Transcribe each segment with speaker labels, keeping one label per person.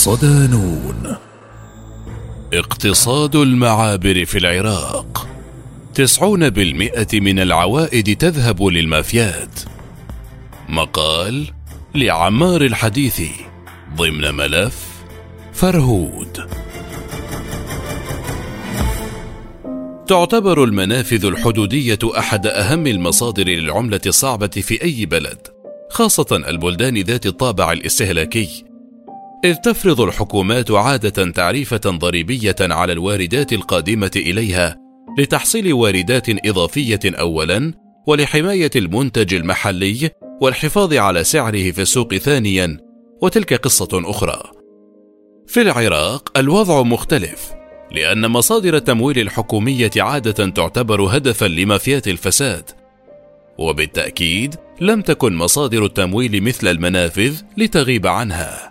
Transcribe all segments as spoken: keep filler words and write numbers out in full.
Speaker 1: صدانون. اقتصاد المعابر في العراق. تسعون بالمئة من العوائد تذهب للمافيات. مقال لعمار الحديثي ضمن ملف فرهود. تعتبر المنافذ الحدودية أحد أهم المصادر للعملة الصعبة في أي بلد، خاصة البلدان ذات الطابع الاستهلاكي، إذ تفرض الحكومات عادة تعريفة ضريبية على الواردات القادمة إليها لتحصيل واردات إضافية أولا، ولحماية المنتج المحلي والحفاظ على سعره في السوق ثانيا، وتلك قصة أخرى. في العراق الوضع مختلف، لأن مصادر التمويل الحكومية عادة تعتبر هدفا لمافيات الفساد، وبالتأكيد لم تكن مصادر التمويل مثل المنافذ لتغيب عنها.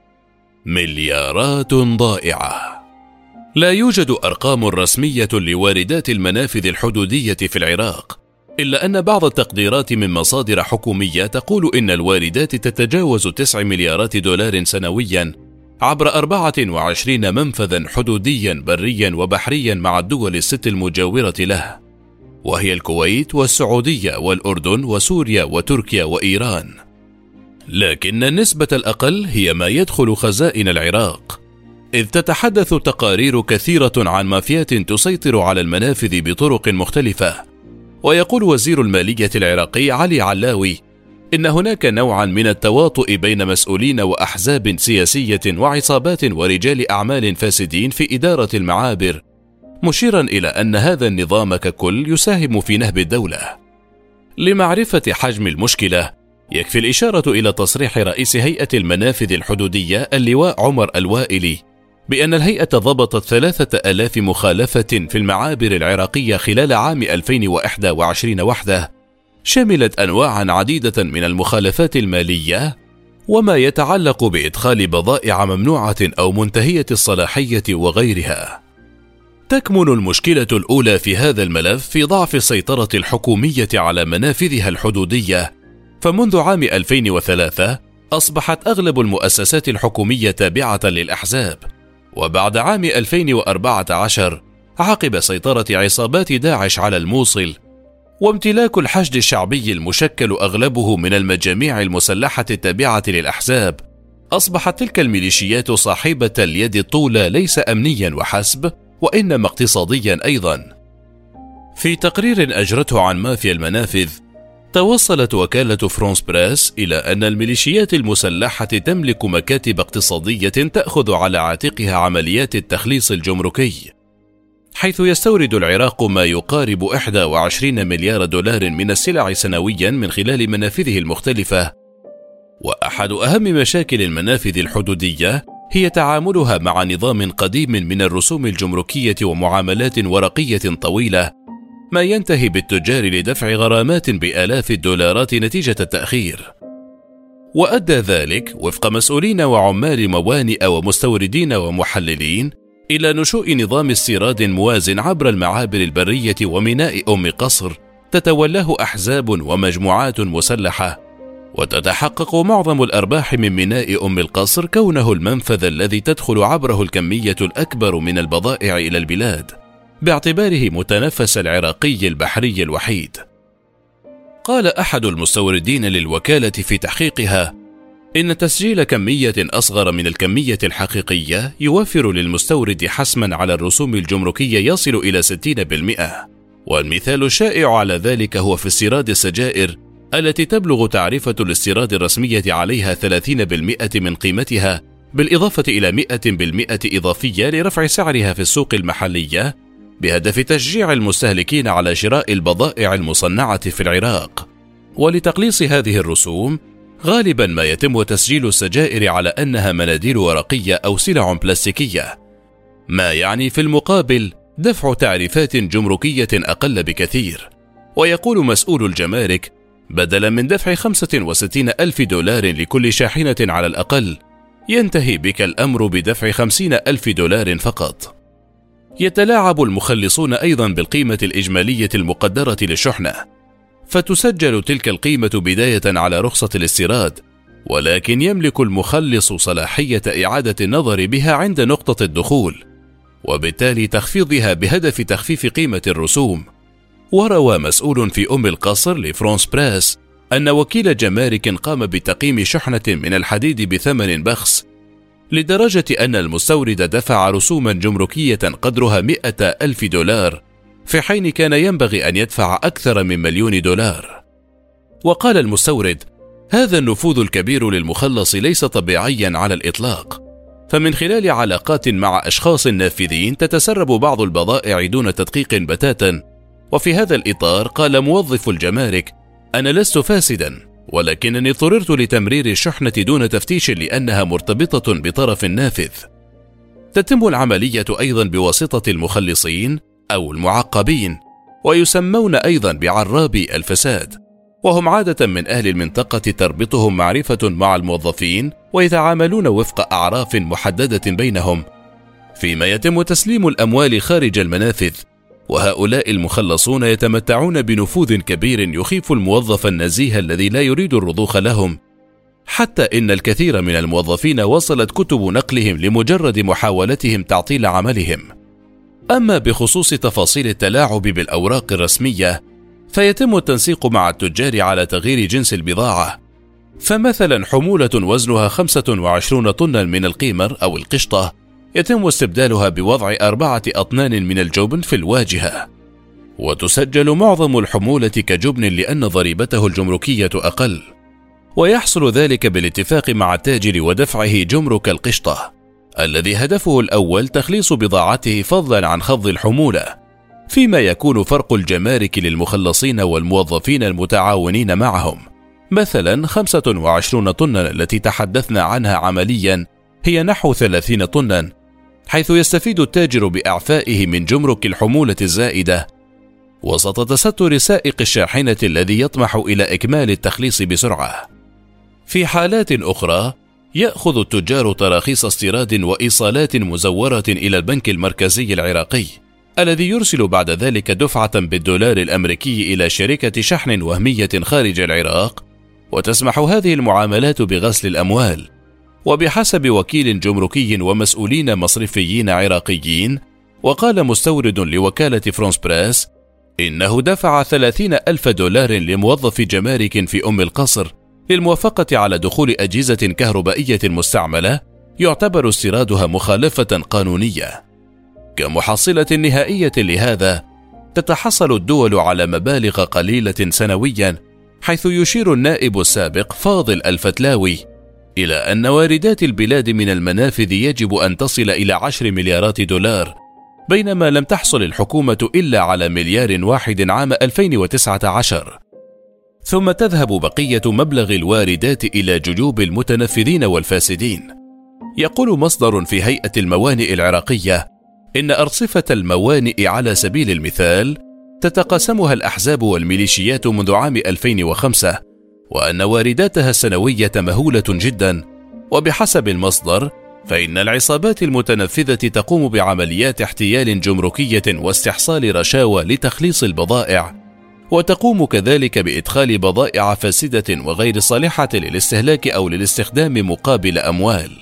Speaker 1: مليارات ضائعة. لا يوجد أرقام رسمية لواردات المنافذ الحدودية في العراق، إلا أن بعض التقديرات من مصادر حكومية تقول إن الواردات تتجاوز تسع مليارات دولار سنويا عبر أربعة وعشرين منفذا حدوديا بريا وبحريا مع الدول الست المجاورة له، وهي الكويت والسعودية والأردن وسوريا وتركيا وإيران. لكن النسبة الأقل هي ما يدخل خزائن العراق، إذ تتحدث تقارير كثيرة عن مافيات تسيطر على المنافذ بطرق مختلفة. ويقول وزير المالية العراقي علي علاوي إن هناك نوعا من التواطؤ بين مسؤولين وأحزاب سياسية وعصابات ورجال أعمال فاسدين في إدارة المعابر، مشيرا إلى أن هذا النظام ككل يساهم في نهب الدولة. لمعرفة حجم المشكلة يكفي الإشارة إلى تصريح رئيس هيئة المنافذ الحدودية اللواء عمر الوائلي بأن الهيئة ضبطت ثلاثة آلاف مخالفة في المعابر العراقية خلال عام ألفين وإحدى وعشرين وحده، شملت أنواعا عديدة من المخالفات المالية وما يتعلق بإدخال بضائع ممنوعة أو منتهية الصلاحية وغيرها. تكمن المشكلة الأولى في هذا الملف في ضعف السيطرة الحكومية على منافذها الحدودية، فمنذ عام ألفين وثلاثة أصبحت أغلب المؤسسات الحكومية تابعة للأحزاب، وبعد عام ألفين وأربعة عشر عقب سيطرة عصابات داعش على الموصل وامتلاك الحشد الشعبي المشكل أغلبه من المجاميع المسلحة التابعة للأحزاب، أصبحت تلك الميليشيات صاحبة اليد الطولى ليس أمنيا وحسب، وإنما اقتصاديا أيضا. في تقرير أجرته عن مافيا المنافذ، توصلت وكالة فرانس براس إلى أن الميليشيات المسلحة تملك مكاتب اقتصادية تأخذ على عاتقها عمليات التخليص الجمركي، حيث يستورد العراق ما يقارب إحدى وعشرين مليار دولار من السلع سنويا من خلال منافذه المختلفة. وأحد أهم مشاكل المنافذ الحدودية هي تعاملها مع نظام قديم من الرسوم الجمركية ومعاملات ورقية طويلة، ما ينتهي بالتجار لدفع غرامات بآلاف الدولارات نتيجة التأخير. وأدى ذلك وفق مسؤولين وعمال موانئ ومستوردين ومحللين إلى نشوء نظام استيراد موازن عبر المعابر البرية وميناء أم قصر تتولاه أحزاب ومجموعات مسلحة، وتتحقق معظم الأرباح من ميناء أم القصر كونه المنفذ الذي تدخل عبره الكمية الأكبر من البضائع إلى البلاد، باعتباره متنفس العراقي البحري الوحيد. قال أحد المستوردين للوكالة في تحقيقها إن تسجيل كمية أصغر من الكمية الحقيقية يوفر للمستورد حسما على الرسوم الجمركية يصل إلى ستين بالمئة، والمثال الشائع على ذلك هو في استيراد السجائر التي تبلغ تعرفة الاستيراد الرسمية عليها ثلاثين بالمئة من قيمتها، بالإضافة إلى مئة بالمئة إضافية لرفع سعرها في السوق المحلية، بهدف تشجيع المستهلكين على شراء البضائع المصنعة في العراق. ولتقليص هذه الرسوم غالبا ما يتم تسجيل السجائر على أنها مناديل ورقية أو سلع بلاستيكية، ما يعني في المقابل دفع تعريفات جمركية أقل بكثير. ويقول مسؤول الجمارك بدلا من دفع خمسة وستين ألف دولار لكل شاحنة على الأقل، ينتهي بك الأمر بدفع خمسين ألف دولار فقط. يتلاعب المخلصون أيضا بالقيمة الإجمالية المقدرة للشحنة، فتسجل تلك القيمة بداية على رخصة الاستيراد، ولكن يملك المخلص صلاحية إعادة النظر بها عند نقطة الدخول، وبالتالي تخفيضها بهدف تخفيف قيمة الرسوم. وروى مسؤول في أم القصر لفرانس بريس أن وكيل جمارك قام بتقييم شحنة من الحديد بثمن بخس، لدرجة أن المستورد دفع رسوما جمركية قدرها مئة ألف دولار، في حين كان ينبغي أن يدفع أكثر من مليون دولار. وقال المستورد: هذا النفوذ الكبير للمخلص ليس طبيعيا على الإطلاق، فمن خلال علاقات مع أشخاص نافذين تتسرب بعض البضائع دون تدقيق بتاتا. وفي هذا الإطار قال موظف الجمارك: أنا لست فاسدا، ولكنني اضطررت لتمرير الشحنة دون تفتيش لأنها مرتبطة بطرف نافذ. تتم العملية أيضا بواسطة المخلصين أو المعقبين، ويسمون أيضا بعرابي الفساد، وهم عادة من أهل المنطقة تربطهم معرفة مع الموظفين، ويتعاملون وفق أعراف محددة بينهم، فيما يتم تسليم الأموال خارج المنافذ. وهؤلاء المخلصون يتمتعون بنفوذ كبير يخيف الموظف النزيه الذي لا يريد الرضوخ لهم، حتى إن الكثير من الموظفين وصلت كتب نقلهم لمجرد محاولتهم تعطيل عملهم. أما بخصوص تفاصيل التلاعب بالأوراق الرسمية، فيتم التنسيق مع التجار على تغيير جنس البضاعة. فمثلا حمولة وزنها خمسة وعشرين طنا من القيمر أو القشطة يتم استبدالها بوضع أربعة أطنان من الجبن في الواجهة، وتسجل معظم الحمولة كجبن لأن ضريبته الجمركية أقل، ويحصل ذلك بالاتفاق مع التاجر ودفعه جمرك القشطة الذي هدفه الأول تخليص بضاعته فضلا عن خفض الحمولة، فيما يكون فرق الجمارك للمخلصين والموظفين المتعاونين معهم. مثلا خمسة وعشرين طنا التي تحدثنا عنها عمليا هي نحو ثلاثين طنا، حيث يستفيد التاجر بإعفائه من جمرك الحمولة الزائدة وسط تستر سائق الشاحنة الذي يطمح إلى إكمال التخليص بسرعة. في حالات أخرى يأخذ التجار تراخيص استيراد وإيصالات مزورة إلى البنك المركزي العراقي، الذي يرسل بعد ذلك دفعة بالدولار الأمريكي إلى شركة شحن وهمية خارج العراق، وتسمح هذه المعاملات بغسل الأموال. وبحسب وكيل جمركي ومسؤولين مصرفيين عراقيين، وقال مستورد لوكالة فرانس بريس إنه دفع ثلاثين ألف دولار لموظف جمارك في أم القصر للموافقة على دخول أجهزة كهربائية مستعملة يعتبر استيرادها مخالفة قانونية. كمحصلة نهائية لهذا، تتحصل الدول على مبالغ قليلة سنويا، حيث يشير النائب السابق فاضل الفتلاوي إلى أن واردات البلاد من المنافذ يجب أن تصل إلى عشر مليارات دولار، بينما لم تحصل الحكومة إلا على مليار واحد عام ألفين وتسعة عشر، ثم تذهب بقية مبلغ الواردات إلى جيوب المتنفذين والفاسدين. يقول مصدر في هيئة الموانئ العراقية إن أرصفة الموانئ على سبيل المثال تتقاسمها الأحزاب والميليشيات منذ عام ألفين وخمسة، وأن وارداتها السنوية مهولة جدا. وبحسب المصدر فإن العصابات المتنفذة تقوم بعمليات احتيال جمركية واستحصال رشاوى لتخليص البضائع، وتقوم كذلك بإدخال بضائع فاسدة وغير صالحة للاستهلاك أو للاستخدام مقابل أموال.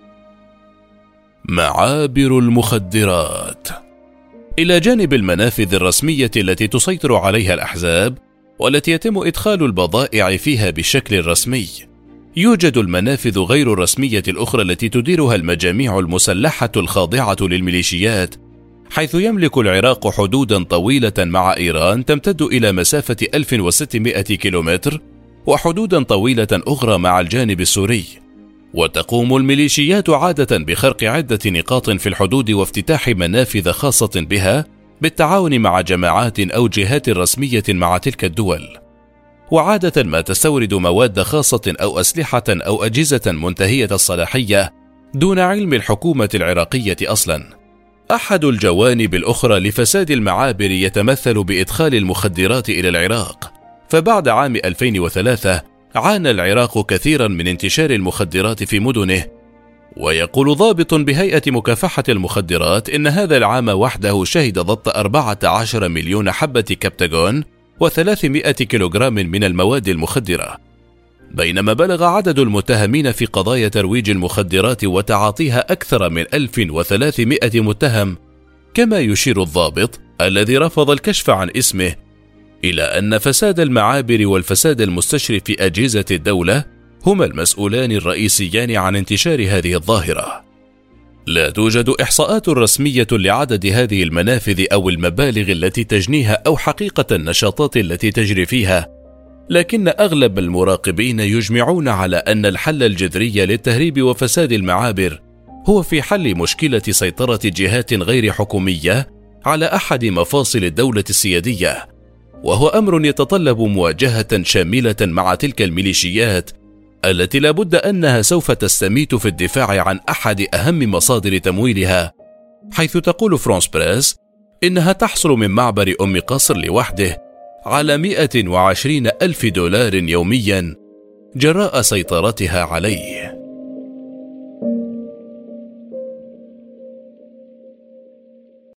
Speaker 1: معابر المخدرات. إلى جانب المنافذ الرسمية التي تسيطر عليها الأحزاب والتي يتم إدخال البضائع فيها بالشكل الرسمي، يوجد المنافذ غير الرسمية الأخرى التي تديرها المجاميع المسلحة الخاضعة للميليشيات، حيث يملك العراق حدودا طويلة مع إيران تمتد إلى مسافة ألف وستمائة كيلومتر، وحدودا طويلة أخرى مع الجانب السوري. وتقوم الميليشيات عادة بخرق عدة نقاط في الحدود وافتتاح منافذ خاصة بها بالتعاون مع جماعات أو جهات رسمية مع تلك الدول، وعادة ما تستورد مواد خاصة أو أسلحة أو أجهزة منتهية الصلاحية دون علم الحكومة العراقية أصلا. أحد الجوانب الأخرى لفساد المعابر يتمثل بإدخال المخدرات إلى العراق، فبعد عام ألفين وثلاثة عانى العراق كثيرا من انتشار المخدرات في مدنه. ويقول ضابط بهيئة مكافحة المخدرات إن هذا العام وحده شهد ضبط أربعة عشر مليون حبة كبتاغون وثلاثمائة كيلوغرام من المواد المخدرة. بينما بلغ عدد المتهمين في قضايا ترويج المخدرات وتعاطيها أكثر من ألف وثلاثمائة متهم. كما يشير الضابط الذي رفض الكشف عن اسمه إلى أن فساد المعابر والفساد المستشري في أجهزة الدولة هما المسؤولان الرئيسيان عن انتشار هذه الظاهرة. لا توجد إحصاءات رسمية لعدد هذه المنافذ أو المبالغ التي تجنيها أو حقيقة النشاطات التي تجري فيها، لكن أغلب المراقبين يجمعون على أن الحل الجذري للتهريب وفساد المعابر هو في حل مشكلة سيطرة جهات غير حكومية على أحد مفاصل الدولة السيادية، وهو أمر يتطلب مواجهة شاملة مع تلك الميليشيات التي لا بد أنها سوف تستميت في الدفاع عن أحد أهم مصادر تمويلها، حيث تقول فرانس بريس إنها تحصل من معبر أم قصر لوحده على مئة وعشرين ألف دولار يوميا جراء سيطرتها عليه.